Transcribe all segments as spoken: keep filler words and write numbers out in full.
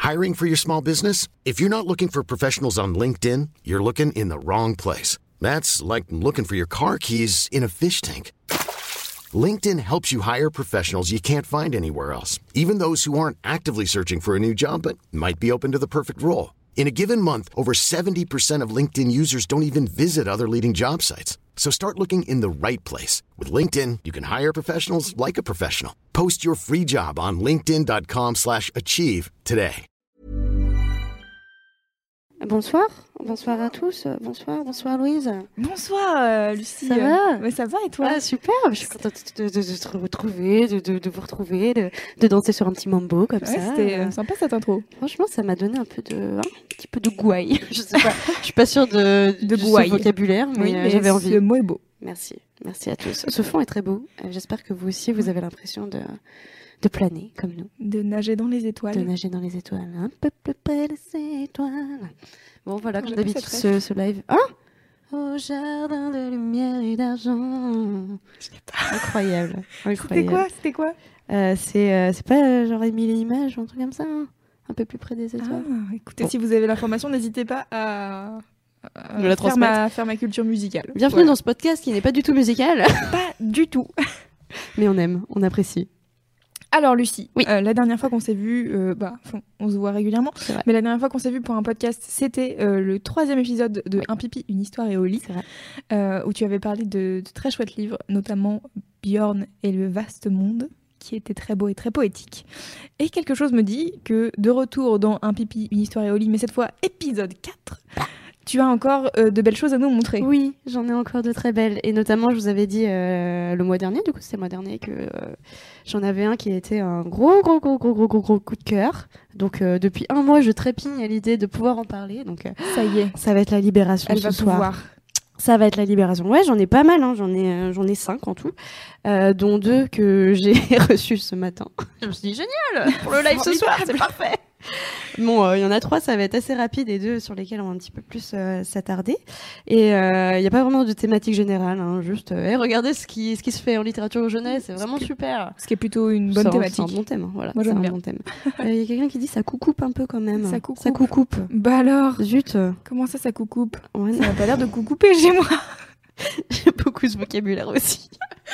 Hiring for your small business? If you're not looking for professionals on LinkedIn, you're looking in the wrong place. That's like looking for your car keys in a fish tank. LinkedIn helps you hire professionals you can't find anywhere else, even those who aren't actively searching for a new job but might be open to the perfect role. In a given month, over seventy percent of LinkedIn users don't even visit other leading job sites. So start looking in the right place. With LinkedIn, you can hire professionals like a professional. Post your free job on linkedin.com slash achieve today. Bonsoir, bonsoir à tous, bonsoir, bonsoir Louise. Bonsoir euh, Lucie. Ça va? Ouais, ça va et toi? Ah, super, je suis contente de, de, de, de te retrouver, de, de, de vous retrouver, de, de danser sur un petit mambo comme ouais, ça. C'était euh, sympa cette intro. Franchement, ça m'a donné un peu de, hein, un petit peu de gouaille. Je sais pas, je suis pas sûre de, de de gouaille. ce vocabulaire, mais, oui, euh, mais j'avais envie. Ce mot est beau. Merci, merci à tous. Ce fond est très beau. Euh, j'espère que vous aussi, vous avez l'impression de, de planer comme nous. De nager dans les étoiles. De nager dans les étoiles, un peu plus près des étoiles. Bon, voilà, comme J'ai d'habitude, pas cette ce, ce live. Hein? Au jardin de lumière et d'argent. Je sais pas. Incroyable. C'était Incroyable. quoi? C'était quoi? euh, C'est euh, c'est pas euh, genre Émile et Images ou un truc comme ça, hein, un peu plus près des étoiles. Ah, écoutez, Bon. si vous avez l'information, n'hésitez pas à, à Me la faire, transmettre. ma, faire ma culture musicale. Bienvenue Voilà. dans ce podcast qui n'est pas du tout musical, Pas du tout. mais on aime, on apprécie. Alors Lucie, Oui. euh, la dernière fois qu'on s'est vu, euh, bah, enfin, on se voit régulièrement, C'est vrai. mais la dernière fois qu'on s'est vu pour un podcast, c'était euh, le troisième épisode de Oui. Un pipi, une histoire et au lit, C'est vrai. euh, où tu avais parlé de, de très chouettes livres, notamment Björn et le vaste monde, qui était très beau et très poétique. Et quelque chose me dit que de retour dans Un pipi, une histoire et au lit, mais cette fois épisode quatre, tu as encore euh, de belles choses à nous montrer. Oui, j'en ai encore de très belles. Et notamment, je vous avais dit euh, le mois dernier, du coup, c'était le mois dernier, que euh, j'en avais un qui était un gros, gros, gros, gros, gros, gros, gros coup de cœur. Donc, euh, depuis un mois, je trépigne à l'idée de pouvoir en parler. Donc, euh, Ça y est, ça va être la libération elle ce va soir. pouvoir. Ça va être la libération. Ouais, j'en ai pas mal, hein. j'en ai, euh, j'en ai cinq en tout, euh, dont deux que j'ai reçus ce matin. Je me suis dit, génial, pour le live ce soir, c'est parfait. Bon, il euh, y en a trois, ça va être assez rapide, et deux sur lesquels on va un petit peu plus euh, s'attarder. Et il euh, n'y a pas vraiment de thématique générale, hein, juste, euh, hey, regardez ce qui, ce qui se fait en littérature jeunesse, c'est vraiment super. Ce qui est plutôt une bonne C'est un- thématique. C'est un bon thème, hein, voilà. Moi, c'est j'aime un bien. bon thème. Il y a quelqu'un qui dit ça coucoupe un peu quand même. Ça coucoupe. Ça coucoupe. Bah alors, Zut. euh, comment ça, ça coucoupe? Ouais, Ça n'a pas l'air de coucouper chez moi. j'ai beaucoup ce vocabulaire aussi.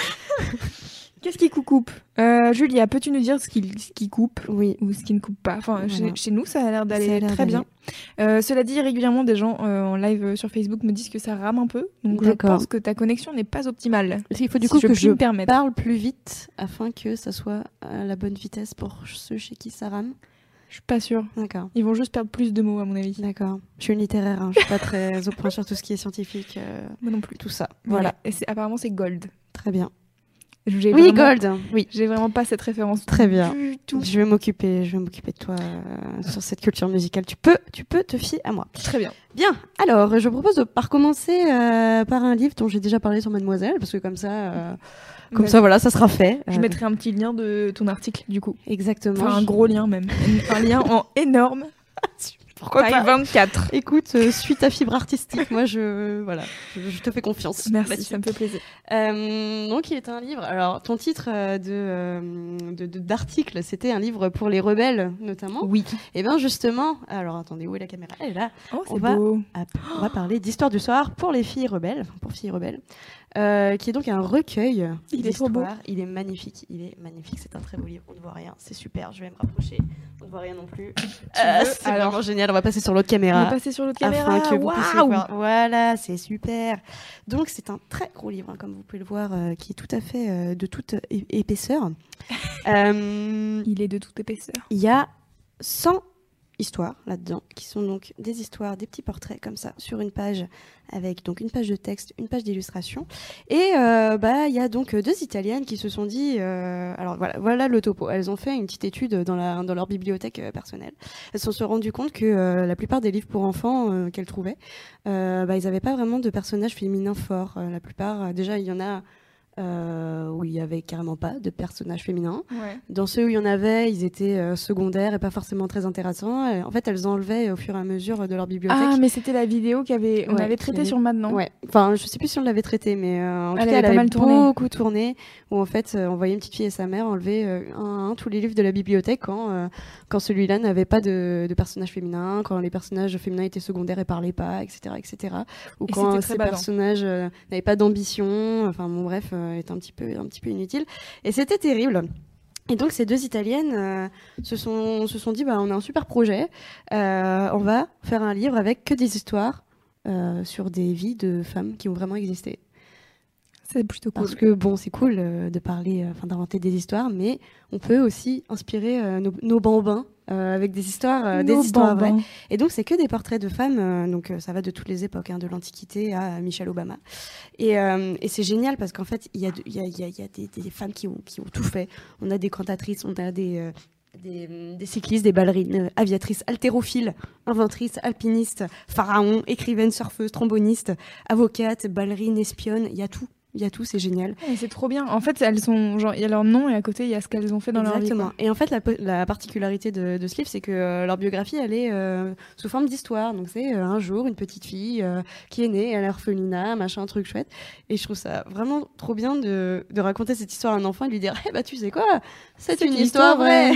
Qu'est-ce qui coucoupe? euh, Julia, peux-tu nous dire ce qui, ce qui coupe Oui. ou ce qui ne coupe pas? Enfin, Voilà. chez, chez nous, ça a l'air Ça a d'aller l'air très bien. Euh, cela dit, régulièrement, des gens euh, en live sur Facebook me disent que ça rame un peu. Donc, je D'accord. pense que ta connexion n'est pas optimale. Il faut du Si coup je que puis je me permettre. parle plus vite afin que ça soit à la bonne vitesse pour ceux chez qui ça rame. Je suis pas sûre. D'accord. Ils vont juste perdre plus de mots, à mon avis. D'accord. Je suis une littéraire, hein. Je suis pas très au point sur tout ce qui est scientifique, euh, Moi non plus. tout ça. Voilà. Et c'est, apparemment, c'est Gold. Très bien. J'ai Oui, vraiment- Gold. Oui. J'ai vraiment pas cette référence. Très bien. Du tout. Je vais m'occuper, je vais m'occuper de toi euh, sur cette culture musicale. Tu peux, tu peux te fier à moi. Très bien. Bien. Alors, je propose de par commencer euh, par un livre dont j'ai déjà parlé sur Mademoiselle, parce que comme ça, euh, comme Vas-y. ça, voilà, ça sera fait. Je Euh, mettrai un petit lien de ton article, du coup. Exactement. Enfin, un gros lien même. Un lien en énorme. Pourquoi Taille pas. vingt-quatre. Écoute, euh, suis ta fibre artistique. Moi, je, voilà, je, je te fais confiance. Merci, là-dessus. ça me fait plaisir. Euh, donc, il est un livre. Alors, ton titre euh, de, euh, de, de- d'article, c'était un livre pour les rebelles, notamment. Oui. Et bien, justement, alors attendez, où est la caméra? Elle est là. Oh, On c'est va- beau. Ah, on va parler d'Histoire du soir pour les filles rebelles, enfin, pour filles rebelles, euh, qui est donc un recueil. Il est trop beau. d'histoires. Il est magnifique. Il est magnifique. C'est un très beau livre. On ne voit rien. C'est super. Je vais me rapprocher. On ne voit rien non plus. Euh, veux c'est Alors- vraiment génial. On va passer sur l'autre On caméra. va passer sur l'autre caméra. Afin que vous puissiez Waouh. voir. Voilà, c'est super. Donc c'est un très gros livre, hein, comme vous pouvez le voir, euh, qui est tout à fait euh, de toute é- épaisseur. Euh, Il est de toute épaisseur. Il y a cent histoires là-dedans, qui sont donc des histoires, des petits portraits comme ça, sur une page, avec donc une page de texte, une page d'illustration. Et euh, bah il y a donc deux Italiennes qui se sont dit, euh, alors voilà, voilà le topo. Elles ont fait une petite étude dans, la, dans leur bibliothèque euh, personnelle. Elles se sont rendues compte que euh, la plupart des livres pour enfants euh, qu'elles trouvaient, euh, bah, ils n'avaient pas vraiment de personnages féminins forts. Euh, la plupart, euh, déjà il y en a euh, où il n'y avait carrément pas de personnages féminins. Ouais. Dans ceux où il y en avait, ils étaient euh, secondaires et pas forcément très intéressants. Et en fait, elles enlevaient au fur et à mesure de leur bibliothèque. Ah, mais c'était la vidéo qu'on avait, on Ouais, avait traitée avait... sur Maintenant. Ouais. Enfin, je sais plus si on l'avait traitée, mais euh, en elle tout cas, avait elle pas avait mal tourné. beaucoup tourné. Où en fait, euh, on voyait une petite fille et sa mère enlever euh, un à un tous les livres de la bibliothèque quand, euh, quand celui-là n'avait pas de, de personnages féminins, quand les personnages féminins étaient secondaires et parlaient pas, et cetera, et cetera. Ou Et quand c'était très ces badant. personnages euh, n'avaient pas d'ambition. Enfin, bon, bref, euh, étaient un petit peu, un petit peu inutiles. Et c'était terrible. Et donc ces deux Italiennes euh, se sont se sont dit bah on a un super projet, euh, on va faire un livre avec que des histoires euh, sur des vies de femmes qui ont vraiment existé. C'est plutôt cool. Parce que bon c'est cool euh, de parler, enfin euh, d'inventer des histoires, mais on peut aussi inspirer euh, nos, nos bambins euh, avec des histoires, euh, des Nos histoires vraies. bambins. Et donc c'est que des portraits de femmes, euh, donc euh, ça va de toutes les époques, hein, de l'Antiquité à Michelle Obama. Et, euh, et c'est génial parce qu'en fait il y a, de- il y a, il y a, il y a des, des femmes qui ont, qui ont tout fait. On a des cantatrices, on a des, euh, des, des cyclistes, des ballerines, euh, aviatrices, haltérophiles, inventrices, alpinistes, pharaons, écrivaines, surfeuses, trombonistes, avocates, ballerines, espionnes, il y a tout. Il y a tout, c'est génial. Ouais, c'est trop bien. En fait, elles sont genre il y a leur nom et à côté il y a ce qu'elles ont fait dans leur vie. Exactement. quoi. Et en fait, la, po- la particularité de, de ce livre, c'est que euh, leur biographie, elle est euh, sous forme d'histoire. Donc, c'est euh, un jour une petite fille euh, qui est née à l'orphelinat, machin, truc chouette. Et je trouve ça vraiment trop bien de, de raconter cette histoire à un enfant et de lui dire Eh bah, tu sais quoi C'est C'est une, une histoire histoire vraie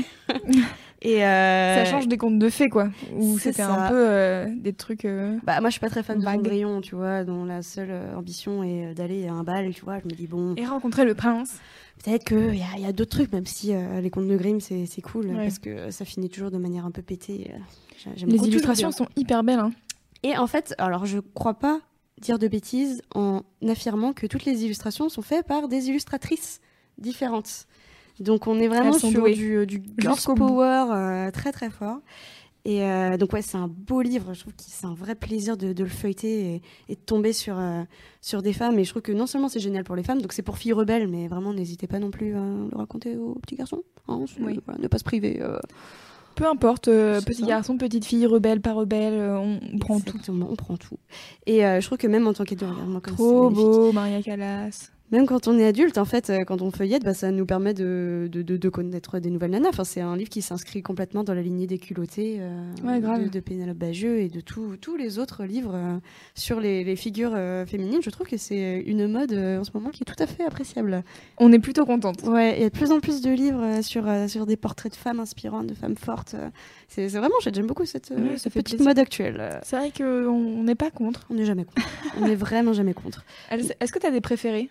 Et euh, Ça change des contes de fées quoi. Où c'est c'était ça. un peu euh, des trucs. euh, Bah, moi, je suis pas très fan de Vague. Cendrillon, tu vois, dont la seule euh, ambition est euh, d'aller à un bal, tu vois. Je me dis, bon, Et rencontrer le prince. peut-être qu'il y a, y a d'autres trucs, même si euh, les contes de Grimm, c'est c'est cool, Ouais. parce que ça finit toujours de manière un peu pétée. euh, j'ai- j'aime Les beaucoup illustrations toujours sont hyper belles. Hein. bien. Et en fait, alors je crois pas dire de bêtises en affirmant que toutes les illustrations sont faites par des illustratrices différentes. Donc on est vraiment Elles sont sur douées. du, du girl Jusqu'au bout. power euh, très très fort. Et euh, donc ouais, c'est un beau livre. Je trouve que c'est un vrai plaisir de, de le feuilleter et, et de tomber sur, euh, sur des femmes. Et je trouve que non seulement c'est génial pour les femmes, donc c'est pour filles rebelles, mais vraiment n'hésitez pas non plus à le raconter aux petits garçons. Hein, c'est- Oui. voilà, ne pas se priver. euh, Peu importe, euh, C'est petit ça. garçon, petite fille, rebelle, pas rebelle, euh, on, on prend tout. Exactement, on prend tout. Et euh, je trouve que même en tant qu'adulte, regarde-moi comme c'est Trop magnifique. beau, Maria Callas. Même quand on est adulte, en fait, euh, quand on feuillette, bah, ça nous permet de, de, de, de connaître des nouvelles nanas. Enfin, c'est un livre qui s'inscrit complètement dans la lignée des culottées euh, Ouais, grave. de, de Pénélope Bagieux et de tout- tous les autres livres euh, sur les, les figures euh, féminines. Je trouve que c'est une mode euh, en ce moment qui est tout à fait appréciable. On est plutôt contente. Ouais, il y a de plus en plus de livres euh, sur, euh, sur des portraits de femmes inspirantes, de femmes fortes. euh. C'est c'est vraiment, j'aime beaucoup cette, euh, Ouais, ça cette fait petite plaisir. mode actuelle. euh. C'est vrai qu'on n'est pas contre. On n'est jamais contre. On n'est vraiment jamais contre. Est-ce que tu as des préférés?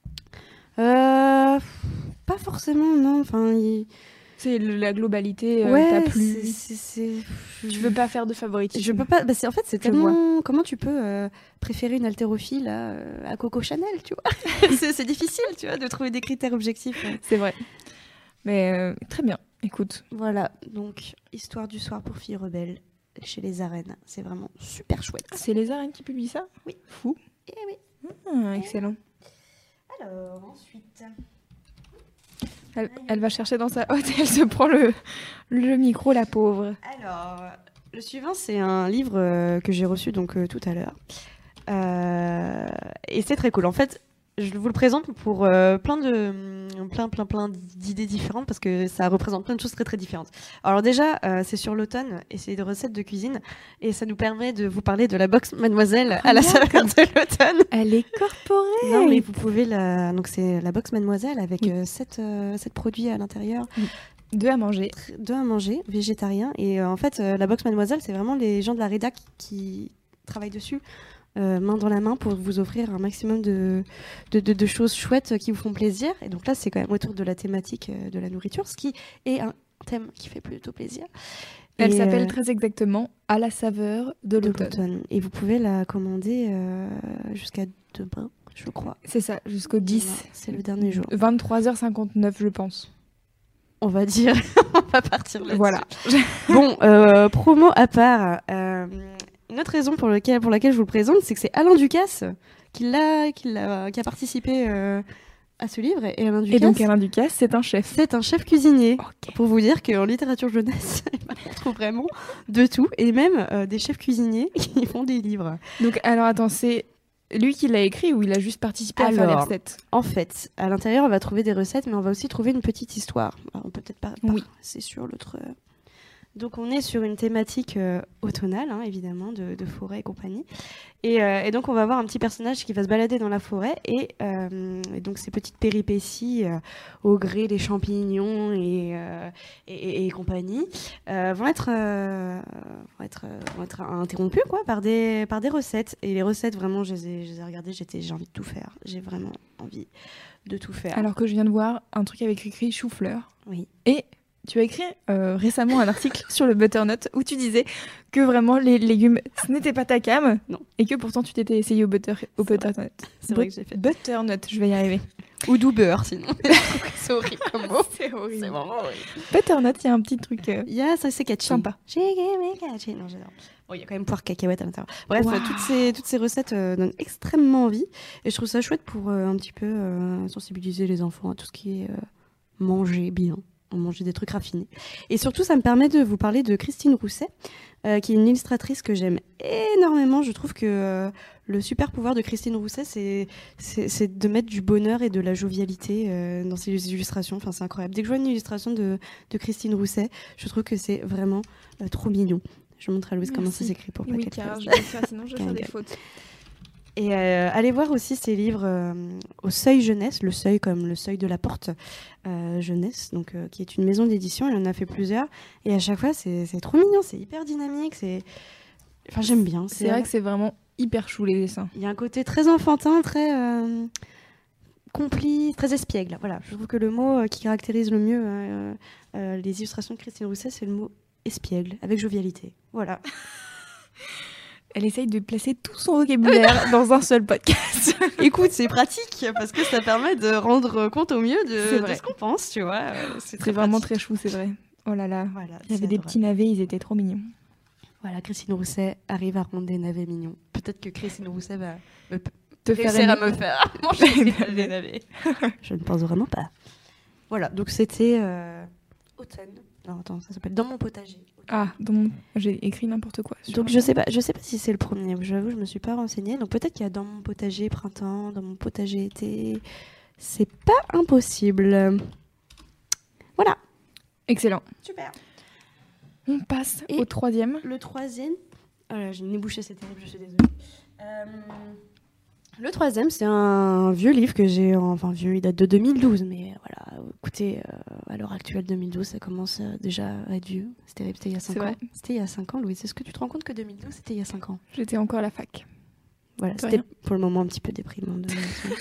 Euh, pas forcément, non. Enfin, il... C'est le- la globalité, euh, ouais, t'as c'est- plu. c'est- c'est- Tu veux pas faire de favoritisme. Je peux pas. Bah c'est en fait, c'est Je tellement. Comment tu peux euh, préférer une haltérophile à, euh, à Coco Chanel, tu vois C'est c'est difficile, tu vois, de trouver des critères objectifs. C'est vrai. Mais euh, très bien. Écoute, Voilà. Donc, histoire du soir pour filles rebelles chez les arènes. C'est vraiment super chouette. c'est les arènes qui publient ça? Oui. Fou. Eh oui. Ah, excellent. Alors ensuite. Elle, elle va chercher dans sa hotte et elle se prend le, le micro, la pauvre. Alors, le suivant, c'est un livre euh, que j'ai reçu donc euh, tout à l'heure. Euh, et c'est très cool. En fait, je vous le présente pour euh, plein de plein plein plein d'idées différentes parce que ça représente plein de choses très très différentes. Alors déjà, euh, c'est sur l'automne et c'est des recettes de cuisine et ça nous permet de vous parler de la box Mademoiselle à la Regarde. saveur de l'automne. Elle est corporelle. Non, mais vous pouvez la donc c'est la box Mademoiselle avec Oui. euh, sept euh, sept produits à l'intérieur. Deux à manger. Deux à manger, végétarien. Et euh, en fait, euh, la box Mademoiselle, c'est vraiment les gens de la rédac qui travaillent dessus, euh, main dans la main, pour vous offrir un maximum de, de, de- de choses chouettes qui vous font plaisir. Et donc là, c'est quand même autour de la thématique euh, de la nourriture, ce qui est un thème qui fait plutôt plaisir. Elle Et, s'appelle euh, très exactement À la saveur de de l'automne. l'automne. Et vous pouvez la commander euh, jusqu'à demain, je crois. C'est ça, jusqu'au dix. Demain, c'est le dernier jour. vingt-trois heures cinquante-neuf, je pense. On va dire, on va partir là-dessus. Voilà. Bon, euh, promo à part. euh, une autre raison pour, lequel, pour laquelle je vous le présente, c'est que c'est Alain Ducasse qui, l'a, qui, l'a, qui a participé euh, à ce livre. Et Alain Ducasse, Et donc Alain Ducasse, c'est un chef. c'est un chef cuisinier. Ok. Pour vous dire qu'en littérature jeunesse, on trouve vraiment de tout. Et même euh, des chefs cuisiniers qui font des livres. Donc alors attends, c'est lui qui l'a écrit ou il a juste participé Alors, à faire les recettes? En fait, à l'intérieur, on va trouver des recettes, mais on va aussi trouver une petite histoire. Alors, on peut peut-être pas... Oui. C'est sur l'autre... Donc on est sur une thématique euh, automnale, hein, évidemment, de, de forêt et compagnie. Et, euh, et donc on va voir un petit personnage qui va se balader dans la forêt et, euh, et donc ces petites péripéties euh, au gré des champignons et, euh, et, et, et compagnie euh, vont être, euh, vont être, euh, vont être interrompues quoi, par, des, par des recettes. Et les recettes, vraiment, je les ai, je les ai regardées, j'étais, j'ai envie de tout faire. J'ai vraiment envie de tout faire. Alors que je viens de voir un truc avec écrit chou-fleur. Oui. Et... tu as écrit euh, récemment un article sur le butternut où tu disais que vraiment les légumes, ce n'était pas ta cam. Non. Et que pourtant tu t'étais essayé au, butter, au butternut. C'est vrai que j'ai fait. Butternut, je vais y arriver. Ou du beurre, sinon. C'est horrible comme mot. C'est horrible. C'est vraiment horrible. Butternut, il y a un petit truc. Euh, yeah, ça c'est catchy. Sympa. Catchy. Non, j'adore. Bon, il y a quand même poire cacahuète à l'intérieur. Bref, wow. euh, toutes, ces, toutes ces recettes euh, donnent extrêmement envie. Et je trouve ça chouette pour euh, un petit peu euh, sensibiliser les enfants à tout ce qui est euh, manger bien. Manger des trucs raffinés. Et surtout, ça me permet de vous parler de Christine Rousset, euh, qui est une illustratrice que j'aime énormément. Je trouve que euh, le super pouvoir de Christine Rousset, c'est, c'est, c'est de mettre du bonheur et de la jovialité euh, dans ses illustrations. Enfin, c'est incroyable. Dès que je vois une illustration de, de Christine Rousset, je trouve que c'est vraiment euh, trop mignon. Je vais montrer à Louise Merci. comment ça s'écrit pour pas oui, qu'elle car fasse. je vais faire, sinon je vais faire des fautes. Et euh, allez voir aussi ses livres euh, au Seuil Jeunesse, le Seuil comme le Seuil de la Porte euh, Jeunesse, donc, euh, qui est une maison d'édition. Elle en a fait plusieurs. Et à chaque fois, c'est, c'est trop mignon, c'est hyper dynamique. C'est... Enfin, j'aime bien. C'est, c'est vrai que c'est vraiment hyper chou les dessins. Il y a un côté très enfantin, très euh, complice, très espiègle. Voilà, je trouve que le mot euh, qui caractérise le mieux euh, euh, les illustrations de Christine Rousset, c'est le mot espiègle, avec jovialité. Voilà. Elle essaye de placer tout son vocabulaire dans un seul podcast. Écoute, c'est pratique parce que ça permet de rendre compte au mieux de, de ce qu'on pense, tu vois. C'est, c'est vraiment très chou, c'est vrai. Oh là là, voilà, il y avait des adorable. petits navets, ils étaient trop mignons. Voilà, Christine Rousset arrive à rendre des navets mignons. Peut-être que Christine Rousset va me p- te faire faire à me faire manger des navets. Je ne pense vraiment pas. Voilà, donc c'était euh, automne. Non, attends, ça s'appelle Dans mon potager. Ah, dans mon... j'ai écrit n'importe quoi. Donc je sais pas, je sais pas si c'est le premier. J'avoue, je me suis pas renseignée. Donc peut-être qu'il y a Dans mon potager printemps, Dans mon potager été. C'est pas impossible. Voilà. Excellent. Super. On passe Et au troisième. Le troisième. Oh là, j'ai le nez bouché, c'est terrible. Je suis désolée. Euh... Le troisième, c'est un vieux livre que j'ai, enfin vieux, il date de deux mille douze, mais voilà, écoutez, euh, à l'heure actuelle, deux mille douze, ça commence euh, déjà à être vieux. C'est terrible, c'était il y a cinq ans. C'était il y a cinq ans, Louise. Est-ce que tu te rends compte que deux mille douze, c'était il y a cinq ans? J'étais encore à la fac. Voilà, c'était rien. Pour le moment un petit peu déprimant. De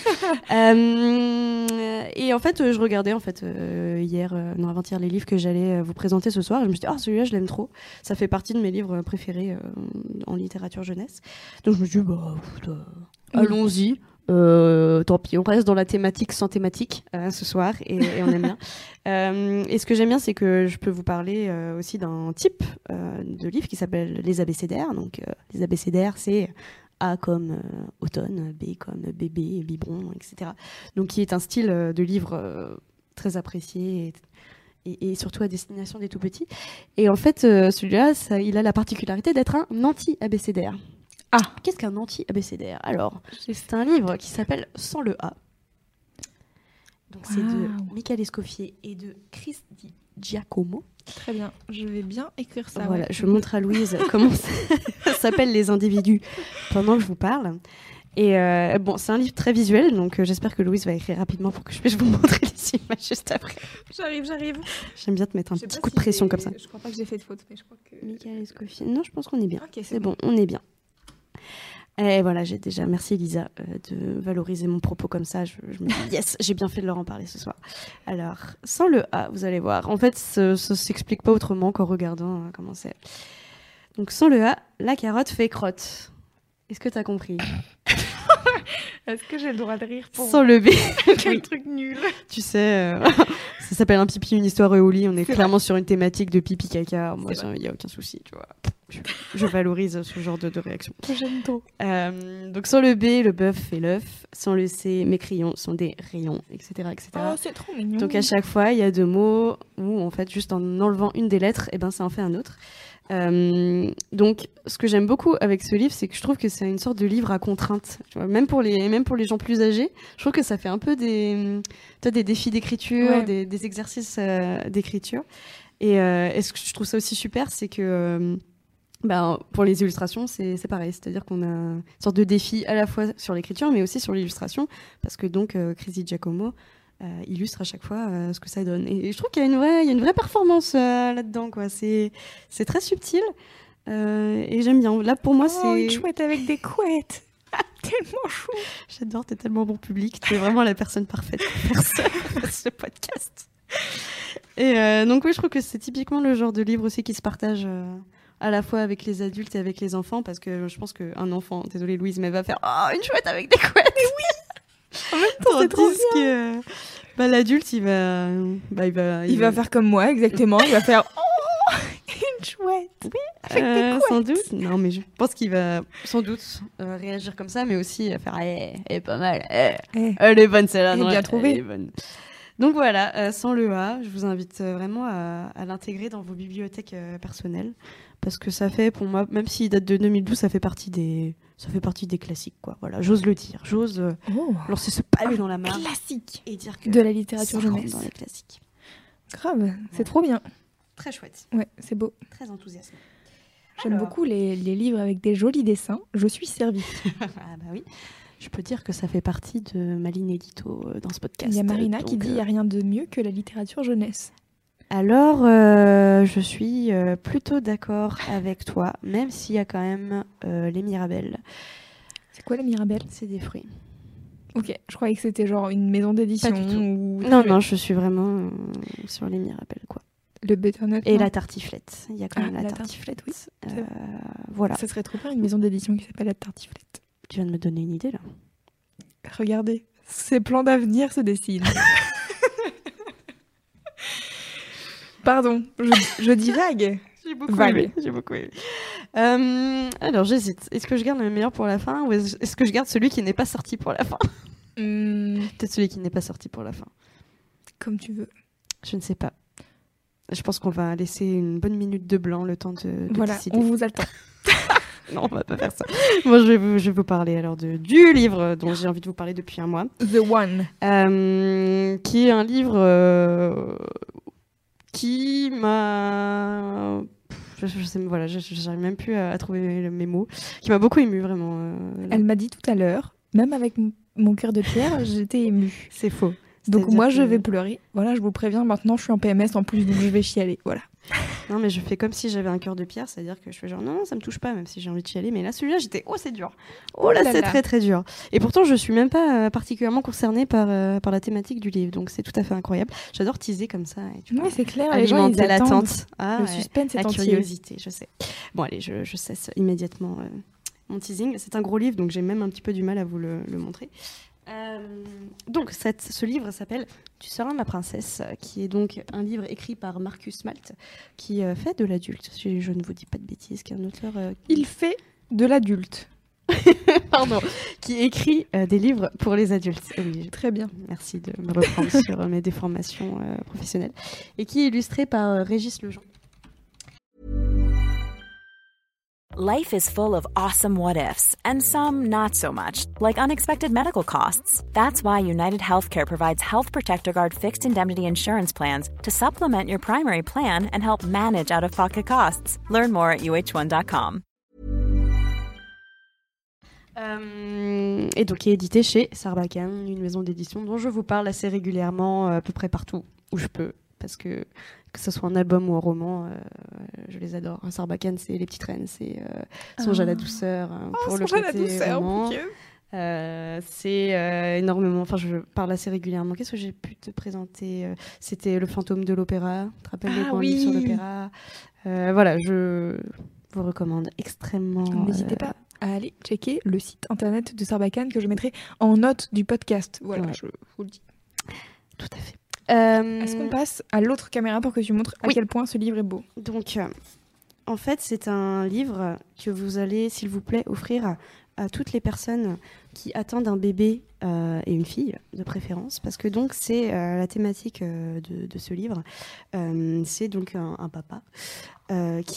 euh, et en fait, je regardais en fait euh, hier, euh, non avant-hier, les livres que j'allais euh, vous présenter ce soir. Et je me suis dit, ah, oh, celui-là, je l'aime trop. Ça fait partie de mes livres préférés euh, en littérature jeunesse. Donc je me suis dit, bah, euh, allons-y. Euh, tant pis, on reste dans la thématique sans thématique euh, ce soir et, et on aime bien. Euh, et ce que j'aime bien, c'est que je peux vous parler euh, aussi d'un type euh, de livre qui s'appelle les abécédaires. Donc, euh, les abécédaires, c'est A comme euh, automne, B comme bébé, biberon, et cetera. Donc, qui est un style euh, de livre euh, très apprécié et, et, et surtout à destination des tout petits. Et en fait, euh, celui-là, ça, il a la particularité d'être un anti-abécédaire. Ah, qu'est-ce qu'un anti-abécédaire? Alors, c'est un livre qui s'appelle Sans le A. Donc, wow. C'est de Michael Escoffier et de Chris Di Giacomo. Très bien, je vais bien écrire ça. Voilà, ouais. Je montre à Louise comment ça s'appellent les individus pendant que je vous parle. Et euh, bon, c'est un livre très visuel, donc euh, j'espère que Louise va écrire rapidement pour que je puisse vous montrer les images juste après. J'arrive, j'arrive. J'aime bien te mettre un petit coup si de pression comme ça. Je crois pas que j'ai fait de faute, mais je crois que... Michael Escoffier. Non, je pense qu'on est bien. Okay, c'est c'est bon. bon, on est bien. Et voilà, j'ai déjà, merci Lisa euh, de valoriser mon propos comme ça. Je, je me dis, yes, j'ai bien fait de leur en parler ce soir. Alors, sans le A, vous allez voir. En fait, ça, ça s'explique pas autrement qu'en regardant euh, comment c'est. Donc, sans le A, la carotte fait crotte. Est-ce que t'as compris? Est-ce que j'ai le droit de rire pour... Sans le B. Quel oui. Truc nul. Tu sais, euh, ça s'appelle Un pipi, une histoire et au lit. On est, c'est clairement vrai. Sur une thématique de pipi caca. Moi, il n'y a aucun souci, tu vois. Je, je valorise ce genre de, de réaction. J'aime trop. Euh, donc, sans le B, le bœuf fait l'œuf. Sans le C, mes crayons sont des rayons, et cetera, et cetera. Oh, c'est trop mignon. Donc, à chaque fois, il y a deux mots où, en fait, juste en enlevant une des lettres, eh ben, ça en fait un autre. Euh, donc, ce que j'aime beaucoup avec ce livre, c'est que je trouve que c'est une sorte de livre à contrainte. Tu vois, même pour les, même pour les gens plus âgés, je trouve que ça fait un peu des, tu vois, des défis d'écriture, Ouais. des, des exercices euh, d'écriture. Et, euh, et ce que je trouve ça aussi super, c'est que euh, ben, pour les illustrations, c'est, c'est pareil. C'est-à-dire qu'on a une sorte de défi à la fois sur l'écriture, mais aussi sur l'illustration, parce que donc euh, Chris Di Giacomo euh, illustre à chaque fois euh, ce que ça donne. Et, et je trouve qu'il y a une vraie, il y a une vraie performance euh, là-dedans, quoi. C'est, c'est très subtil euh, et j'aime bien. Là, pour moi, Oh, c'est une chouette avec des couettes. Tellement chou. J'adore, t'es tellement bon public, t'es vraiment la personne parfaite pour faire ce, ce podcast. Et euh, donc oui, je trouve que c'est typiquement le genre de livre aussi qui se partage euh, à la fois avec les adultes et avec les enfants, parce que je pense qu'un enfant, désolée Louise, mais va faire « Oh, une chouette avec des couettes !» En même temps, c'est trop Tandis que euh, bah, l'adulte, il va, bah, il va, Il va faire comme moi, exactement. Il va faire oh, une chouette. Avec Euh, des couettes. sans doute. Non, mais je pense qu'il va sans doute euh, réagir comme ça, mais aussi euh, faire eh, elle est pas mal. Eh, Eh. Elle est bonne celle-là. Elle est non, bien elle- trouvée. elle est bonne. Donc voilà, euh, sans le A, je vous invite euh, vraiment à, à l'intégrer dans vos bibliothèques euh, personnelles, parce que ça fait pour moi, même s'il date de deux mille douze, ça fait partie des, ça fait partie des classiques, quoi. Voilà, j'ose le dire, j'ose euh, Oh, lancer ce pavé dans la mare classique et dire que de la littérature ça rentre jeunesse. dans les classiques. Grave, c'est trop bien. Très chouette, Ouais, c'est beau. très enthousiasmant. J'aime Alors. beaucoup les, les livres avec des jolis dessins. Je suis servie. Ah bah oui. Je peux dire que ça fait partie de ma ligne édito euh, dans ce podcast. Il y a Marina qui Donc, dit il n'y a rien de mieux que la littérature jeunesse. Alors, euh, je suis euh, plutôt d'accord avec toi, même s'il y a quand même euh, les Mirabelles. C'est quoi les Mirabelles? C'est des fruits. Ok, je croyais que c'était genre une maison d'édition. Pas du tout. Ou... Non, non, je suis vraiment euh, sur les Mirabelles, quoi. Le butternut. Et non la tartiflette. Il y a quand Ah, même la, la tartiflette. tartiflette, oui. Euh, C'est vrai. voilà. Ça serait trop bien une maison d'édition qui s'appelle la Tartiflette. Tu viens de me donner une idée, là. Regardez, ces plans d'avenir se dessinent. Pardon, je, je divague. J'ai beaucoup Vague. aimé. J'ai beaucoup aimé. Euh, alors, j'hésite. Est-ce que je garde le meilleur pour la fin ou est-ce est-ce que je garde celui qui n'est pas sorti pour la fin? Hmm, Peut-être celui qui n'est pas sorti pour la fin. comme tu veux. Je ne sais pas. Je pense qu'on va laisser une bonne minute de blanc, le temps de, de Voilà, décider. on vous attend. Non, on va pas faire ça. Moi, je vais vous, je vais vous parler alors de, du livre dont j'ai envie de vous parler depuis un mois, The One. euh, qui est un livre euh, qui m'a... Je, je sais, voilà, je j'arrive même plus à, à trouver mes mots. Qui m'a beaucoup émue, vraiment. euh, Elle m'a dit tout à l'heure, même avec m- mon cœur de pierre, j'étais émue. C'est faux. Donc C'est-à-dire moi, que- je vais pleurer. Voilà, je vous préviens, maintenant, je suis en P M S en plus, donc je vais chialer. Voilà. Non, mais je fais comme si j'avais un cœur de pierre, c'est-à-dire que je fais genre non, non, ça me touche pas, même si j'ai envie de chialer. Mais là, celui-là, j'étais oh, c'est dur. Oh là, Oh là c'est là. très très dur. Et pourtant, je suis même pas euh, particulièrement concernée par, euh, par la thématique du livre, donc c'est tout à fait incroyable. J'adore teaser comme ça. Et tu vois, Oui, c'est clair, les gens, ils alimenter attendent. l'attente. Ah, Le ouais. suspense est La entier. curiosité, je sais. Bon, allez, je, je cesse immédiatement euh, mon teasing. C'est un gros livre, donc j'ai même un petit peu du mal à vous le, le montrer. Euh, donc, cette, ce livre s'appelle Tu seras ma princesse, qui est donc un livre écrit par Marcus Malt, qui euh, fait de l'adulte, si je ne vous dis pas de bêtises, qui est un auteur euh, qui... Il fait de l'adulte. Pardon, qui écrit euh, des livres pour les adultes. Oui, Très bien. merci de me reprendre sur euh, mes déformations euh, professionnelles. Et qui est illustré par euh, Régis Lejean. Life is full of awesome what ifs, and some not so much, like unexpected medical costs. That's why United Healthcare provides Health Protector Guard fixed indemnity insurance plans to supplement your primary plan and help manage out of pocket costs. Learn more at U H one dot com. Euh, et donc, qui est édité chez Sarbacane, une maison d'édition dont je vous parle assez régulièrement, euh, à peu près partout où je peux, parce que que ce soit un album ou un roman, euh, je les adore. Sarbacane, c'est Les Petites Reines, c'est euh, Songe à la douceur, hein, pour le Songe à côté la douceur, roman. mon Dieu. Euh, c'est euh, énormément, enfin je parle assez régulièrement. Qu'est-ce que j'ai pu te présenter? Euh, C'était Le Fantôme de l'Opéra, tu te rappelles Ah de quand oui. livre sur l'opéra? Euh, Voilà, je vous recommande extrêmement. N'hésitez euh, pas à aller checker le site internet de Sarbacane que je mettrai en note du podcast. Voilà, Ouais. je vous le dis. Tout à fait. Euh, Est-ce qu'on passe à l'autre caméra pour que tu montres à Oui. quel point ce livre est beau? Donc, euh, en fait, c'est un livre que vous allez, s'il vous plaît, offrir à, à toutes les personnes qui attendent un bébé euh, et une fille, de préférence, parce que donc c'est euh, la thématique euh, de, de ce livre. Euh, c'est donc un, un papa euh, qui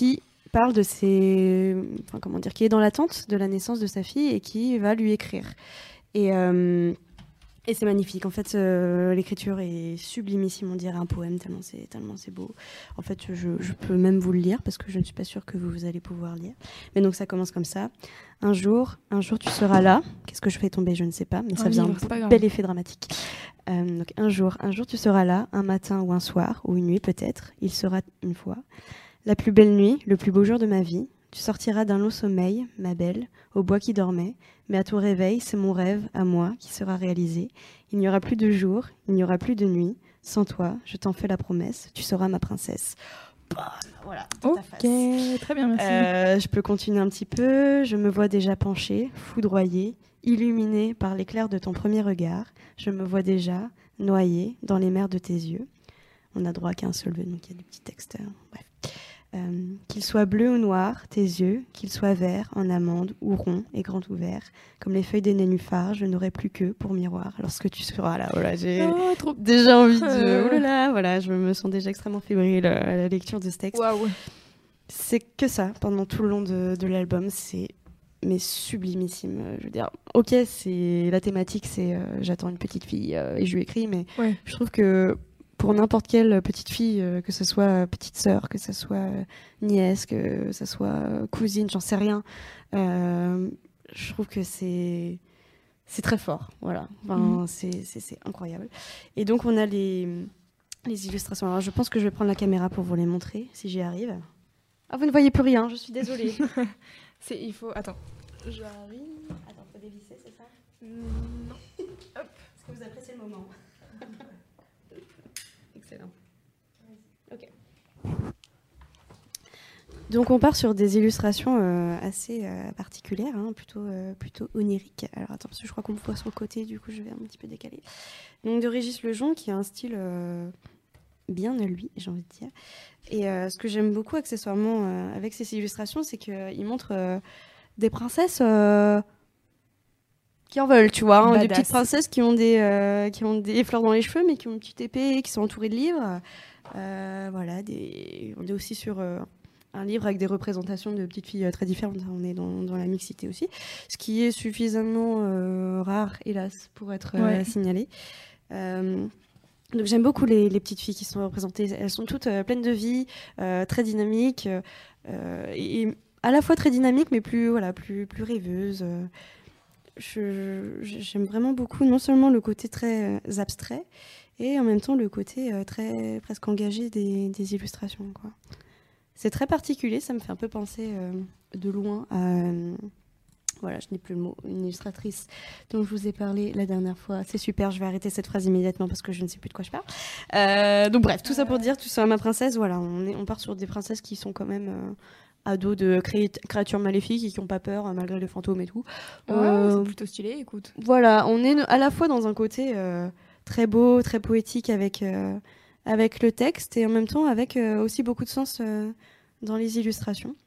parle de ses, enfin comment dire, qui est dans l'attente de la naissance de sa fille et qui va lui écrire. Et euh, Et c'est magnifique. En fait, euh, l'écriture est sublimissime. On dirait un poème, tellement c'est, tellement c'est beau. En fait, je, je peux même vous le lire parce que je ne suis pas sûre que vous, vous allez pouvoir lire. Mais donc, ça commence comme ça. Un jour, un jour, tu seras là. Qu'est-ce que je fais tomber ? Je ne sais pas. Mais ça Un faisait livre, un c'est pas grave. bel effet dramatique. Euh, donc, un jour, un jour, tu seras là. Un matin ou un soir, ou une nuit peut-être. Il sera une fois. La plus belle nuit, le plus beau jour de ma vie. Tu sortiras d'un long sommeil, ma belle, au bois qui dormait. Mais à ton réveil, c'est mon rêve, à moi, qui sera réalisé. Il n'y aura plus de jour, il n'y aura plus de nuit. Sans toi, je t'en fais la promesse, tu seras ma princesse. Bam, voilà, dans ta face. Ok, très bien, merci. Euh, je peux continuer un petit peu. Je me vois déjà penchée, foudroyée, illuminée par l'éclair de ton premier regard. Je me vois déjà noyée dans les mers de tes yeux. On n'a droit qu'à un seul vœu, donc il y a des petits textes. Euh, bref. Euh, qu'il soit bleu ou noir, tes yeux, qu'il soit vert, en amande, ou rond et grand ouvert, comme les feuilles des nénuphars, je n'aurai plus que pour miroir lorsque tu seras là. Voilà, j'ai Oh, trop... déjà envie de... Euh. Oh là là, voilà, je me sens déjà extrêmement fébrile à la lecture de ce texte. Waouh. C'est que ça, pendant tout le long de, de l'album, c'est mais sublimissime. Je veux dire, ok, c'est la thématique, c'est euh, j'attends une petite fille euh, et je lui écris, mais Ouais. je trouve que pour n'importe quelle petite fille, euh, que ce soit petite sœur, que ce soit euh, nièce, que ce soit euh, cousine, j'en sais rien, euh, je trouve que c'est c'est très fort, voilà. Enfin, Mhm. c'est, c'est, c'est incroyable. Et donc on a les les illustrations. Alors je pense que je vais prendre la caméra pour vous les montrer, si j'y arrive. Ah, vous ne voyez plus rien, je suis désolée. C'est, il faut... Attends. J'arrive. Attends, faut dévisser, c'est ça ? Non. Est-ce que vous appréciez le moment ? Excellent. Ok. Donc on part sur des illustrations euh, assez euh, particulières, hein, plutôt, euh, plutôt oniriques. Alors attends, parce que je crois qu'on me voit sur le côté, du coup je vais un petit peu décaler. Donc de Régis Lejean, qui a un style euh, bien à lui, j'ai envie de dire. Et euh, ce que j'aime beaucoup accessoirement euh, avec ces illustrations, c'est qu'il montre euh, des princesses... Euh, qui en veulent, tu vois, hein, des Badass. petites princesses qui ont des euh, qui ont des fleurs dans les cheveux, mais qui ont une petite épée, qui sont entourées de livres. Euh, voilà, des... on est aussi sur euh, un livre avec des représentations de petites filles euh, très différentes. On est dans, dans la mixité aussi, ce qui est suffisamment euh, rare, hélas, pour être euh, Ouais. signalé. Euh, donc j'aime beaucoup les, les petites filles qui sont représentées. Elles sont toutes euh, pleines de vie, euh, très dynamiques, euh, et, et à la fois très dynamiques, mais plus voilà, plus plus rêveuses. Euh, Je, je- j'aime vraiment beaucoup non seulement le côté très euh, abstrait et en même temps le côté euh, très presque engagé des, des illustrations, quoi. C'est très particulier, ça me fait un peu penser euh, de loin à euh, voilà, je n'ai plus le mot, une illustratrice dont je vous ai parlé la dernière fois. C'est super, je vais arrêter cette phrase immédiatement parce que je ne sais plus de quoi je parle. Euh, donc bref, tout ça pour dire, tout ça, ma princesse, voilà, on, est, on part sur des princesses qui sont quand même euh, ados de cré- créatures maléfiques et qui n'ont pas peur euh, malgré les fantômes et tout. Ouais, Euh, c'est plutôt stylé, écoute. voilà, on est à la fois dans un côté euh, très beau, très poétique avec, euh, avec le texte et en même temps avec euh, aussi beaucoup de sens euh, dans les illustrations.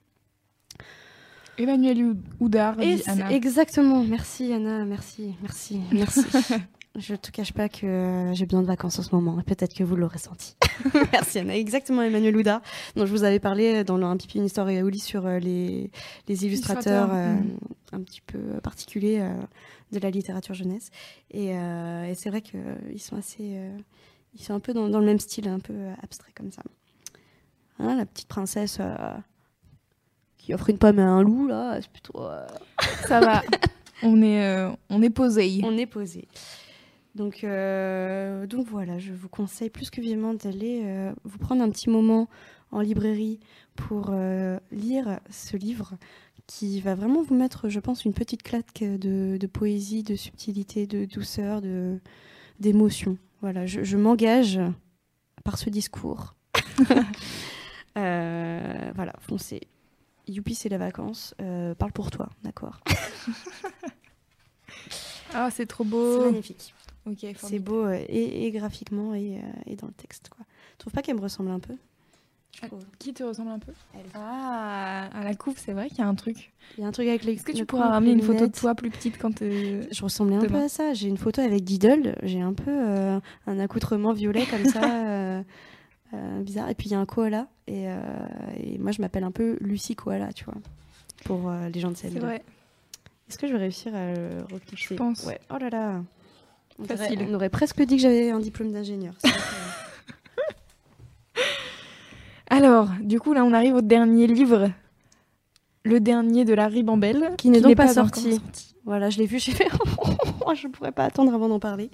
Emmanuel Houdard, Et dit c'est- Anna. exactement, merci Anna, merci, merci, merci. Je te cache pas que euh, j'ai besoin de vacances en ce moment, et peut-être que vous l'aurez senti. Merci Anna, exactement Emmanuel Houdard, dont je vous avais parlé dans le Un pipi, une histoire et Oli sur euh, les, les illustrateurs Illustrateurs, euh, mm. un petit peu particuliers euh, de la littérature jeunesse. Et, euh, et c'est vrai qu'ils sont assez, euh, ils sont un peu dans, dans le même style, un peu euh, abstrait comme ça. Hein, la petite princesse euh, qui offre une pomme à un loup, là, c'est plutôt... euh, Ça va. On est, euh, on est posé. On est posé. Donc, euh, donc voilà, je vous conseille plus que vivement d'aller euh, vous prendre un petit moment en librairie pour euh, lire ce livre qui va vraiment vous mettre, je pense, une petite claque de, de poésie, de subtilité, de douceur, de, d'émotion. Voilà, je, je m'engage par ce discours. euh, voilà, foncez. Youpi, c'est les vacances. Euh, parle pour toi, d'accord? Ah, c'est trop C'est beau. magnifique. Ok, C'est formidable. beau euh, et, et graphiquement et, euh, et dans le texte, quoi. Tu trouves pas qu'elle me ressemble un peu? Je Ah, trouve. Qui te ressemble un peu? Elle. Ah, à la couve, c'est vrai qu'il y a un truc. Il y a un truc avec les. Est-ce que tu le pourras couple, ramener les une photo de lunettes. toi plus petite quand t'es... Je ressemblais un peu Demain. à ça. J'ai une photo avec Diddle. J'ai un peu euh, un accoutrement violet comme ça, euh, euh, bizarre. Et puis il y a un koala, et, euh, et moi je m'appelle un peu Lucie Koala, tu vois, pour euh, les gens de cette C'est vrai. Est-ce que je vais réussir à le reclicher? Je pense. Ouais. Oh là là. On, Facile. dirait, on aurait presque dit que j'avais un diplôme d'ingénieur. C'est vrai que- Alors, du coup, là, on arrive au dernier livre. Le dernier de la ribambelle. Qui n'est donc pas encore sorti. Voilà, je l'ai vu, j'ai fait. Je ne pourrais pas attendre avant d'en parler.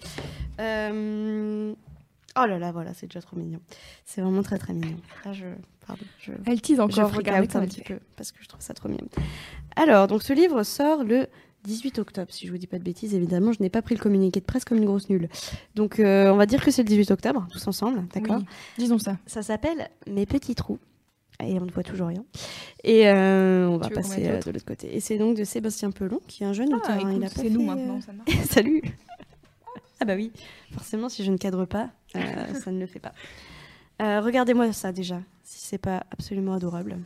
Euh... Oh là là, voilà, c'est déjà trop mignon. C'est vraiment très très mignon. Là, je. Pardon. Je... Elle tease Je encore, freak regardez out comme un elle petit fait. peu parce que je trouve ça trop mignon. Alors, donc ce livre sort le dix-huit octobre, si je vous dis pas de bêtises. Évidemment, je n'ai pas pris le communiqué de presse comme une grosse nulle. Donc, euh, on va dire que c'est le dix-huit octobre, tous ensemble, d'accord? Oui, disons ça. Ça s'appelle Mes petits trous. Et on ne voit toujours rien. Et euh, on va Tu veux qu'on passer mette euh, l'autre de l'autre côté. Et c'est donc de Sébastien Pelon, qui est un jeune Ah, auteur. hein. écoute, Il a pas c'est nous fait, maintenant, euh, ça marche. Salut. Ah bah oui, forcément, si je ne cadre pas, euh, ça ne le fait pas. Euh, regardez-moi ça déjà, si c'est pas absolument adorable.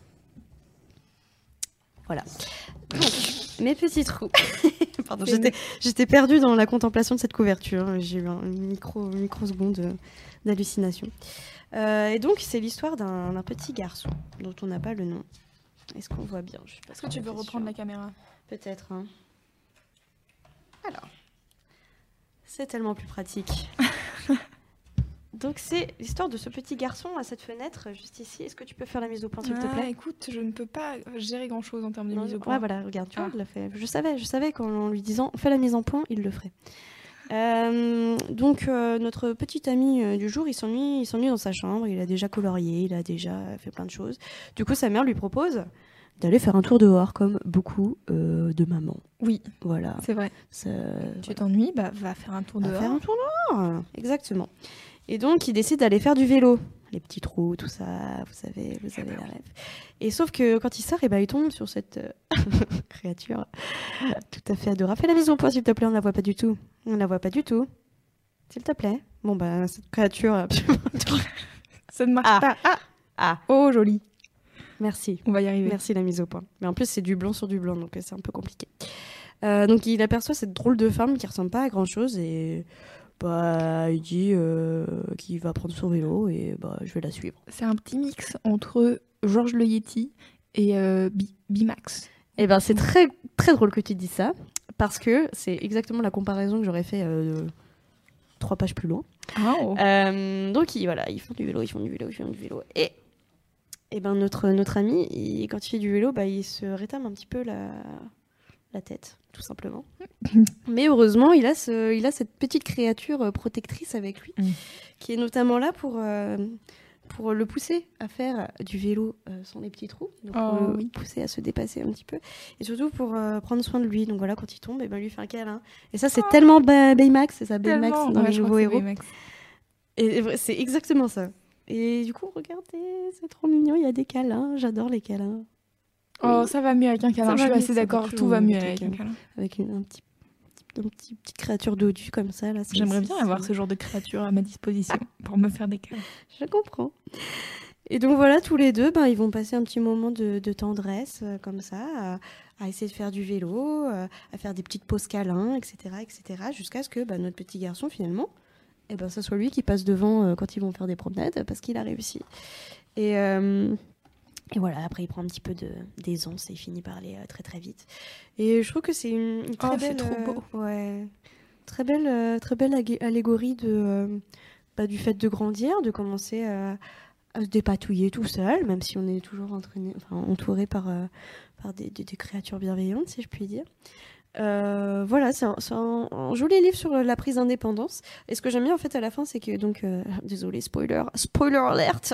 Voilà. Donc, mes petits trous. Pardon, C'est j'étais, j'étais perdue dans la contemplation de cette couverture. J'ai eu un micro, une microseconde d'hallucination. Euh, et donc, c'est l'histoire d'un, d'un petit garçon dont on n'a pas le nom. Est-ce qu'on voit bien? Je suis pas Est-ce que tu veux reprendre la caméra? Peut-être. Hein. Alors, c'est tellement plus pratique. Donc, c'est l'histoire de ce petit garçon à cette fenêtre, juste ici. Est-ce que tu peux faire la mise au point, s'il te Ah, plaît? écoute, je ne peux pas gérer grand-chose en termes de Non, mise au point. Ouais, voilà, regarde, tu vois, Ah. il l'a fait. Je savais, je savais qu'en lui disant fais la mise en point, il le ferait. Euh, donc, euh, notre petit ami euh, du jour, il s'ennuie, il s'ennuie dans sa chambre. Il a déjà colorié, il a déjà fait plein de choses. Du coup, sa mère lui propose d'aller faire un tour dehors, comme beaucoup euh, de mamans. Oui, Voilà. c'est vrai. Ça, Tu t'ennuies, bah va faire un tour On va dehors. faire un tour dehors, exactement. Et donc, il décide d'aller faire du vélo. Les petits trous, tout ça, vous savez, vous avez la rêve. Et sauf que quand il sort, eh ben, il tombe sur cette euh, créature tout à fait adorable. Fais la mise au point, s'il te plaît, on ne la voit pas du tout. On ne la voit pas du tout. S'il te plaît. Bon, bah, cette créature absolument adorable. Ça ne marche Ah. pas. Ah, Ah, oh, joli. merci. On va y arriver. Merci la mise au point. Mais en plus, c'est du blanc sur du blanc, donc euh, c'est un peu compliqué. Euh, donc, il aperçoit cette drôle de femme qui ressemble pas à grand-chose et bah, il dit euh, qu'il va prendre son vélo et bah, je vais la suivre. C'est un petit mix entre Georges le Yeti et euh, Bi- Bimax. Et ben, c'est très, très drôle que tu dis ça parce que c'est exactement la comparaison que j'aurais fait euh, trois pages plus loin. Oh. Euh, donc, ils, voilà, ils font du vélo, ils font du vélo, ils font du vélo. Et, et ben, notre, notre ami, il- quand il fait du vélo, bah, il se rétame un petit peu la, la tête, tout simplement. Mais heureusement, il a, ce, il a cette petite créature euh, protectrice avec lui, Mm. qui est notamment là pour, euh, pour le pousser à faire du vélo euh, sans les petits trous. Donc, Oh, pour le oui. pousser à se dépasser un petit peu. Et surtout pour euh, prendre soin de lui. Donc voilà, quand il tombe, et ben, lui fait un câlin. Et ça, c'est Oh. tellement ba- Baymax, c'est ça, Baymax Tellement. dans Ouais, les je crois nouveaux que c'est héros. Baymax. Et et c'est exactement ça. Et du coup, regardez, c'est trop mignon, il y a des câlins, j'adore les câlins. Oh, Oui. ça va mieux avec un câlin. Ça Je va suis mieux, assez ça va d'accord. toujours Tout va mieux mieux avec avec un un câlin. câlin. Avec une un petit, un petit, petite créature dodue comme ça. Là, c'est- J'aimerais c'est- bien avoir c'est- ce genre de créature à ma disposition pour me faire des câlins. Je comprends. Et donc voilà, tous les deux, ben, ils vont passer un petit moment de, de tendresse, euh, comme ça, à, à essayer de faire du vélo, euh, à faire des petites pauses câlins, et cetera, et cetera, jusqu'à ce que ben, notre petit garçon, finalement, eh ben, ça soit lui qui passe devant euh, quand ils vont faire des promenades, parce qu'il a réussi. Et, euh, et voilà, après, il prend un petit peu de, d'aisance et il finit par aller euh, très très vite. Et je trouve que c'est une, une très Oh, c'est belle... trop euh, beau. ouais, très belle, euh, très belle ag- allégorie de, euh, bah, du fait de grandir, de commencer à à se dépatouiller tout seul, même si on est toujours entraîné, enfin, entouré par, euh, par des, des- des créatures bienveillantes, si je puis dire. Euh, voilà, c'est un, c'est un- un joli livre sur la prise d'indépendance. Et ce que j'aime bien en fait à la fin, c'est que donc, euh, désolé, spoiler, spoiler alert.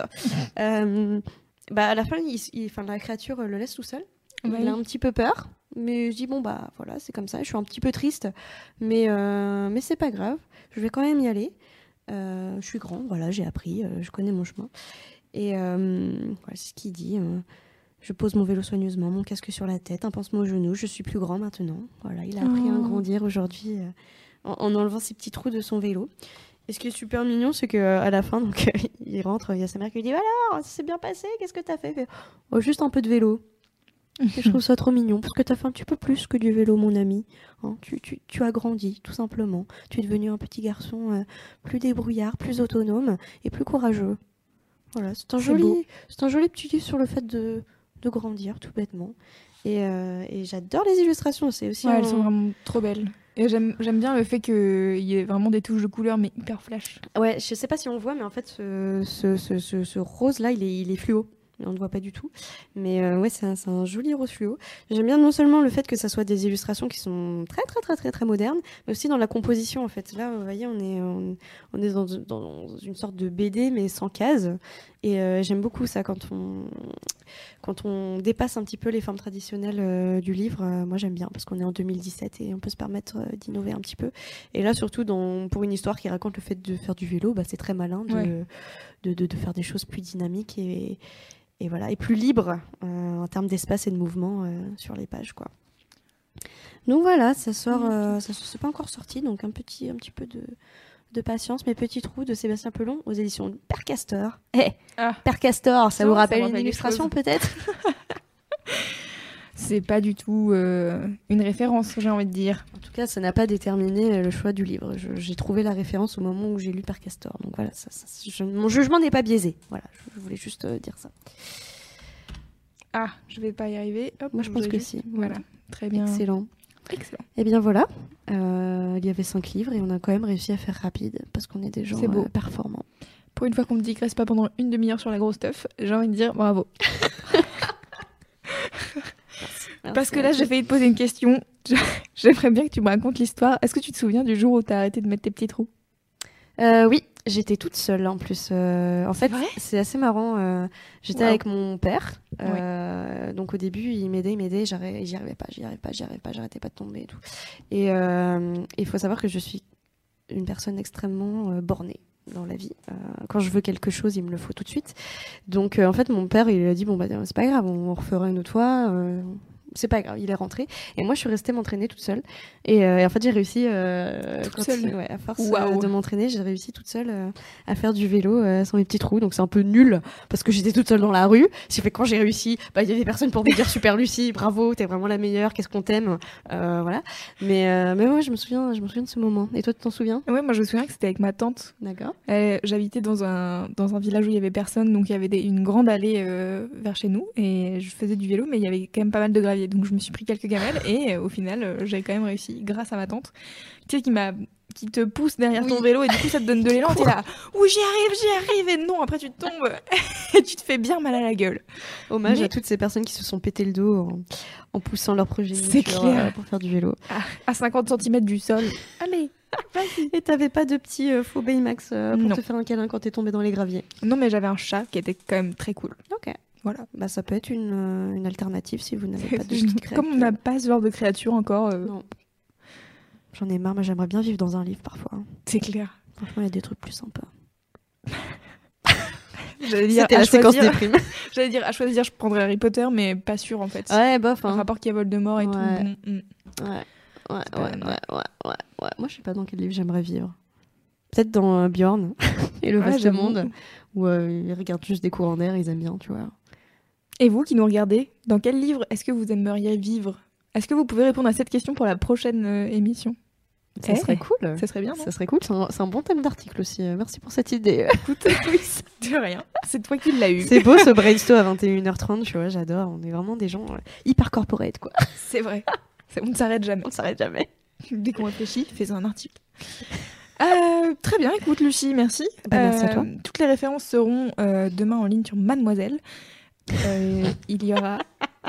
euh, bah à la fin, il, il- enfin, la créature le laisse tout seul. Ouais. Il a un petit peu peur, mais je dis bon bah voilà, c'est comme ça. Je suis un petit peu triste, mais euh, mais c'est pas grave. Je vais quand même y aller. Euh, je suis grand, voilà, j'ai appris, euh, je connais mon chemin. Et euh, voilà, c'est ce qu'il dit. euh, je pose mon vélo soigneusement, mon casque sur la tête, un pansement au genou. Je suis plus grand maintenant. Voilà, il a appris à Oh. grandir aujourd'hui euh, en, en enlevant ses petits trous de son vélo. Et ce qui est super mignon, c'est qu'à la fin, donc, il rentre, il y a sa mère qui lui dit alors, ça s'est bien passé, qu'est-ce que t'as fait? Il fait, oh, juste un peu de vélo. Et je trouve ça trop mignon, parce que t'as fait un petit peu plus que du vélo, mon ami. Hein, tu, tu, tu as grandi, tout simplement. Tu es devenu un petit garçon euh, plus débrouillard, plus autonome et plus courageux. Voilà, c'est un, C'est beau. joli, c'est un joli petit livre sur le fait de, de grandir, tout bêtement. Et, euh, et j'adore les illustrations, c'est aussi Ouais, un... elles sont vraiment trop belles. Et j'aime, j'aime bien le fait qu'il y ait vraiment des touches de couleur, mais hyper flash. Ouais, je sais pas si on voit, mais en fait, ce, ce, ce, ce, ce rose-là, il est, il est fluo. On ne voit pas du tout. Mais euh, ouais, c'est un, c'est un joli rose fluo. J'aime bien non seulement le fait que ça soit des illustrations qui sont très, très, très, très, très modernes, mais aussi dans la composition, en fait. Là, vous voyez, on est, on, on est dans, dans une sorte de B D, mais sans cases. Et euh, j'aime beaucoup ça, quand on, quand on dépasse un petit peu les formes traditionnelles euh, du livre. Euh, moi, j'aime bien, parce qu'on est en deux mille dix-sept et on peut se permettre euh, d'innover un petit peu. Et là, surtout, dans, pour une histoire qui raconte le fait de faire du vélo, bah, c'est très malin de, Ouais. de, de, de faire des choses plus dynamiques et... Et voilà, et plus libre euh, en termes d'espace et de mouvement euh, sur les pages, quoi. Donc voilà, ça sort, euh, ça c'est pas encore sorti, donc un petit, un petit peu de, de patience. Mes petits trous de Sébastien Pelon aux éditions Père Castor. Eh, Ah. Père Castor, ça Non, vous ça rappelle me une rappelle illustration quelque peut-être? C'est pas du tout euh, une référence, j'ai envie de dire. En tout cas, ça n'a pas déterminé le choix du livre. Je- j'ai trouvé la référence au moment où j'ai lu Père Castor. Donc voilà, ça, ça, je- mon jugement n'est pas biaisé. Voilà, je, je voulais juste euh, dire ça. Ah, je vais pas y arriver. Hop, Moi, je pense j'ai que lu. si. Voilà, très bien. Excellent. Excellent. Et bien voilà, euh, il y avait cinq livres et on a quand même réussi à faire rapide parce qu'on est des gens C'est beau. euh, performants. Pour une fois qu'on me dit que reste pas pendant une demi-heure sur la grosse stuff, j'ai envie de dire bravo. Parce que là, j'ai failli te poser une question. J'aimerais bien que tu me racontes l'histoire. Est-ce que tu te souviens du jour où t'as arrêté de mettre tes petits trous? Euh, oui, j'étais toute seule en plus. Euh, en fait, vrai c'est assez marrant. euh, J'étais Wow. avec mon père. euh, Donc au début, il m'aidait, il m'aidait. j'arri- J'y arrivais pas, j'y arrivais pas, j'y arrivais pas, j'arrêtais pas de tomber et tout. Et euh, il faut savoir que je suis une personne extrêmement euh, bornée dans la vie. Euh, quand je veux quelque chose, il me le faut tout de suite. Donc euh, en fait, mon père, il a dit bon bah c'est pas grave, on refera une autre fois. euh, C'est pas grave, il est rentré. Et moi, je suis restée m'entraîner toute seule. Et, euh, et en fait, j'ai réussi. Euh, Toute quand- seule ouais, à force Waouh. euh, de m'entraîner, j'ai réussi toute seule euh, à faire du vélo euh, sans mes petits trous. Donc, c'est un peu nul parce que j'étais toute seule dans la rue. Ce qui fait que quand j'ai réussi, bah, il y avait personne pour me dire super Lucie, bravo, t'es vraiment la meilleure, qu'est-ce qu'on t'aime. Euh, voilà. Mais, euh, mais ouais, je me, souviens, je me souviens de ce moment. Et toi, tu t'en souviens? Ouais, moi je me souviens que c'était avec ma tante. D'accord. Euh, J'habitais dans un, dans un village où il y avait personne, donc il y avait des- une grande allée euh, vers chez nous et je faisais du vélo, mais il y avait quand même pas mal de gravier, donc je me suis pris quelques gamelles et euh, au final euh, j'ai quand même réussi grâce à ma tante, tu sais, qui m'a qui te pousse derrière ton Oui. vélo et du coup ça te donne de l'élan, t'es là, oui j'y arrive, j'y arrive, et non, après tu tombes et tu te fais bien mal à la gueule. Hommage Mais- à toutes ces personnes qui se sont pété le dos en, en poussant leur progéniture C'est clair. euh, pour faire du vélo. À, à cinquante centimètres du sol. Allez, vas-y. Et t'avais pas de petit euh, faux Baymax euh, pour Non. te faire un câlin quand t'es tombé dans les graviers? Non, mais j'avais un chat qui était quand même très cool. Ok. Voilà. Bah ça peut être une, euh, une alternative si vous n'avez pas de petite créature. Comme on n'a pas ce genre de créature encore, euh, Non. J'en ai marre, mais j'aimerais bien vivre dans un livre parfois. c'est clair. Franchement, il y a des trucs plus sympas. J'allais dire, C'était à la séquence choisir, déprime. j'allais dire à choisir, je prendrais Harry Potter, mais pas sûr en fait. Ouais, bof. Le Hein. rapport qu'il y a Voldemort et Ouais. tout. bon, hmm. Ouais. Ouais, pas ouais, la ouais, même. ouais, ouais, ouais. Moi, je sais pas dans quel livre j'aimerais vivre. Peut-être dans euh, Bjorn et le Ouais, vaste j'avoue. monde, où euh, ils regardent juste des courants d'air, ils aiment bien, tu vois. Et vous qui nous regardez, dans quel livre est-ce que vous aimeriez vivre? Est-ce que vous pouvez répondre à cette question pour la prochaine euh, émission? Ça Eh, serait cool. Ça serait bien, non? Ça serait cool. C'est un, c'est un bon thème d'article aussi. Euh, Merci pour cette idée. Écoute, Louise. De rien. C'est toi qui l'as eu. C'est beau ce brainstorm à vingt et une heures trente, tu vois, j'adore. On est vraiment des gens euh, hyper corporate, quoi. C'est vrai. C'est- On ne s'arrête jamais. On ne s'arrête jamais. Dès qu'on réfléchit, fais un article. Euh, très bien, écoute Lucie, merci. Bah, merci à toi. Toutes les références seront euh, demain en ligne sur Mademoiselle. Euh, il y aura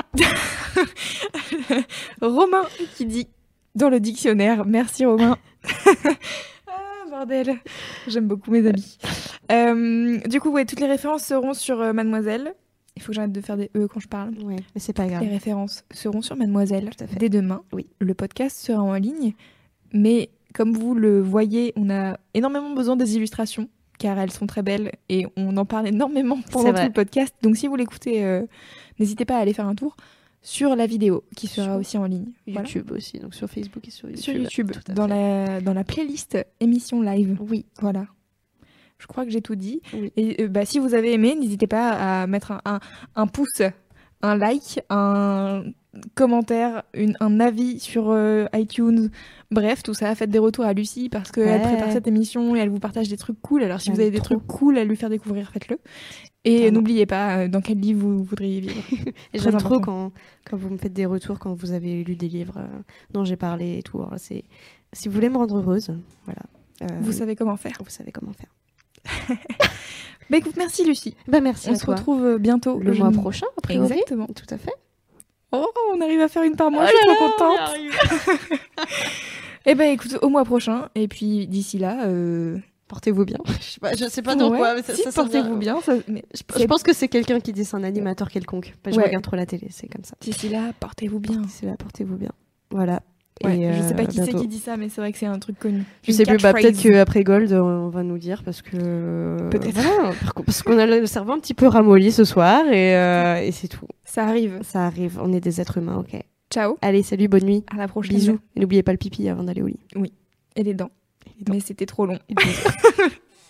Romain qui dit dans le dictionnaire. Merci Romain. Ah, bordel, j'aime beaucoup mes amis. Euh, du coup, ouais, toutes les références seront sur euh, Mademoiselle. Il faut que j'arrête de faire des E quand je parle. Ouais, mais c'est pas grave. Les références seront sur Mademoiselle Tout à fait. dès demain. Oui. Le podcast sera en ligne, mais comme vous le voyez, on a énormément besoin des illustrations, car elles sont très belles et on en parle énormément pendant C'est tout vrai. le podcast. Donc si vous l'écoutez, euh, n'hésitez pas à aller faire un tour sur la vidéo qui sera Sur aussi en ligne. Voilà. YouTube aussi, donc sur Facebook et sur YouTube. Sur YouTube, Tout à dans fait. la, dans la playlist émission live. Oui. Voilà. Je crois que j'ai tout dit. Oui. Et euh, bah, si vous avez aimé, n'hésitez pas à mettre un, un, un pouce, un, un like, un commentaire, une, un avis sur euh, iTunes. Bref, tout ça, faites des retours à Lucie parce qu'elle Ouais. prépare cette émission et elle vous partage des trucs cool. Alors si Ouais, vous avez des trop. trucs cool à lui faire découvrir, faites-le. Et Clairement. n'oubliez pas euh, dans quel livre vous voudriez vivre. Et Très j'aime trop important. quand, quand vous me faites des retours, quand vous avez lu des livres euh, dont j'ai parlé et tout. Alors, c'est... Si vous voulez me rendre heureuse, voilà. Euh, Vous savez comment faire. vous savez comment faire. Bah écoute, merci Lucie. Bah, merci On à se toi. retrouve euh, bientôt. Le Je mois ne- prochain, a priori. Exactement. Tout à fait. Oh, on arrive à faire une par mois, Oh je suis là trop là, on y contente. arrive. Eh ben écoute, au mois prochain. Et puis d'ici là, euh... Portez-vous bien. Je sais pas, je sais pas dans ouais, quoi, mais ça, si, ça sonne portez-vous bien. ça- mais Je, c'est- je pense que c'est quelqu'un qui dit c'est un animateur quelconque. Bah, je Ouais. regarde trop la télé, c'est comme ça. D'ici là, portez-vous bien. C'est là, portez-vous bien. Voilà. Ouais, Et, je sais euh, pas qui c'est bientôt. qui dit ça, mais c'est vrai que c'est un truc connu. Je Une sais plus, bah, catchphrase. peut-être qu'après Gold, on va nous dire parce que. Peut-être. Voilà, par contre, parce qu'on a le cerveau un petit peu ramolli ce soir et, euh, et c'est tout. Ça arrive. Ça arrive, on est des êtres humains, ok. Ciao, Allez, salut, bonne nuit. à la prochaine. Bisous. Et n'oubliez pas le pipi avant d'aller au lit. Et les dents. Et les dents. Mais c'était trop long. Et bisous.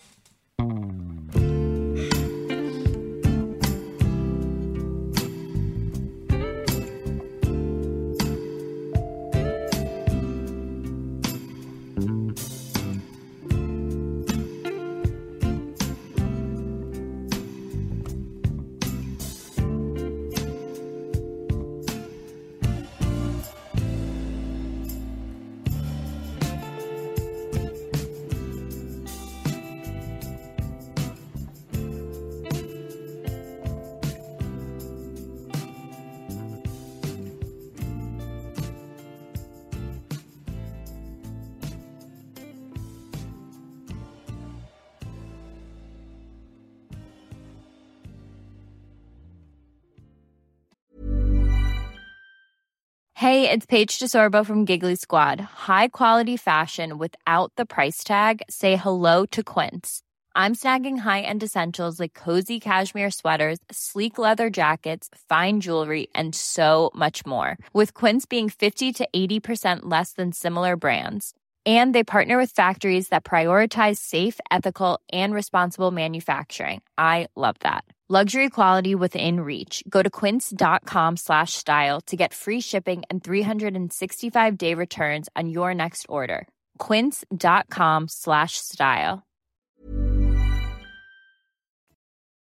Hey, it's Paige DeSorbo from Giggly Squad. High quality fashion without the price tag. Say hello to Quince. I'm snagging high-end essentials like cozy cashmere sweaters, sleek leather jackets, fine jewelry, and so much more. With Quince being fifty to eighty percent less than similar brands. And they partner with factories that prioritize safe, ethical, and responsible manufacturing. I love that. Luxury quality within reach. Go to quince.com slash style to get free shipping and three sixty-five day returns on your next order. Quince.com slash style.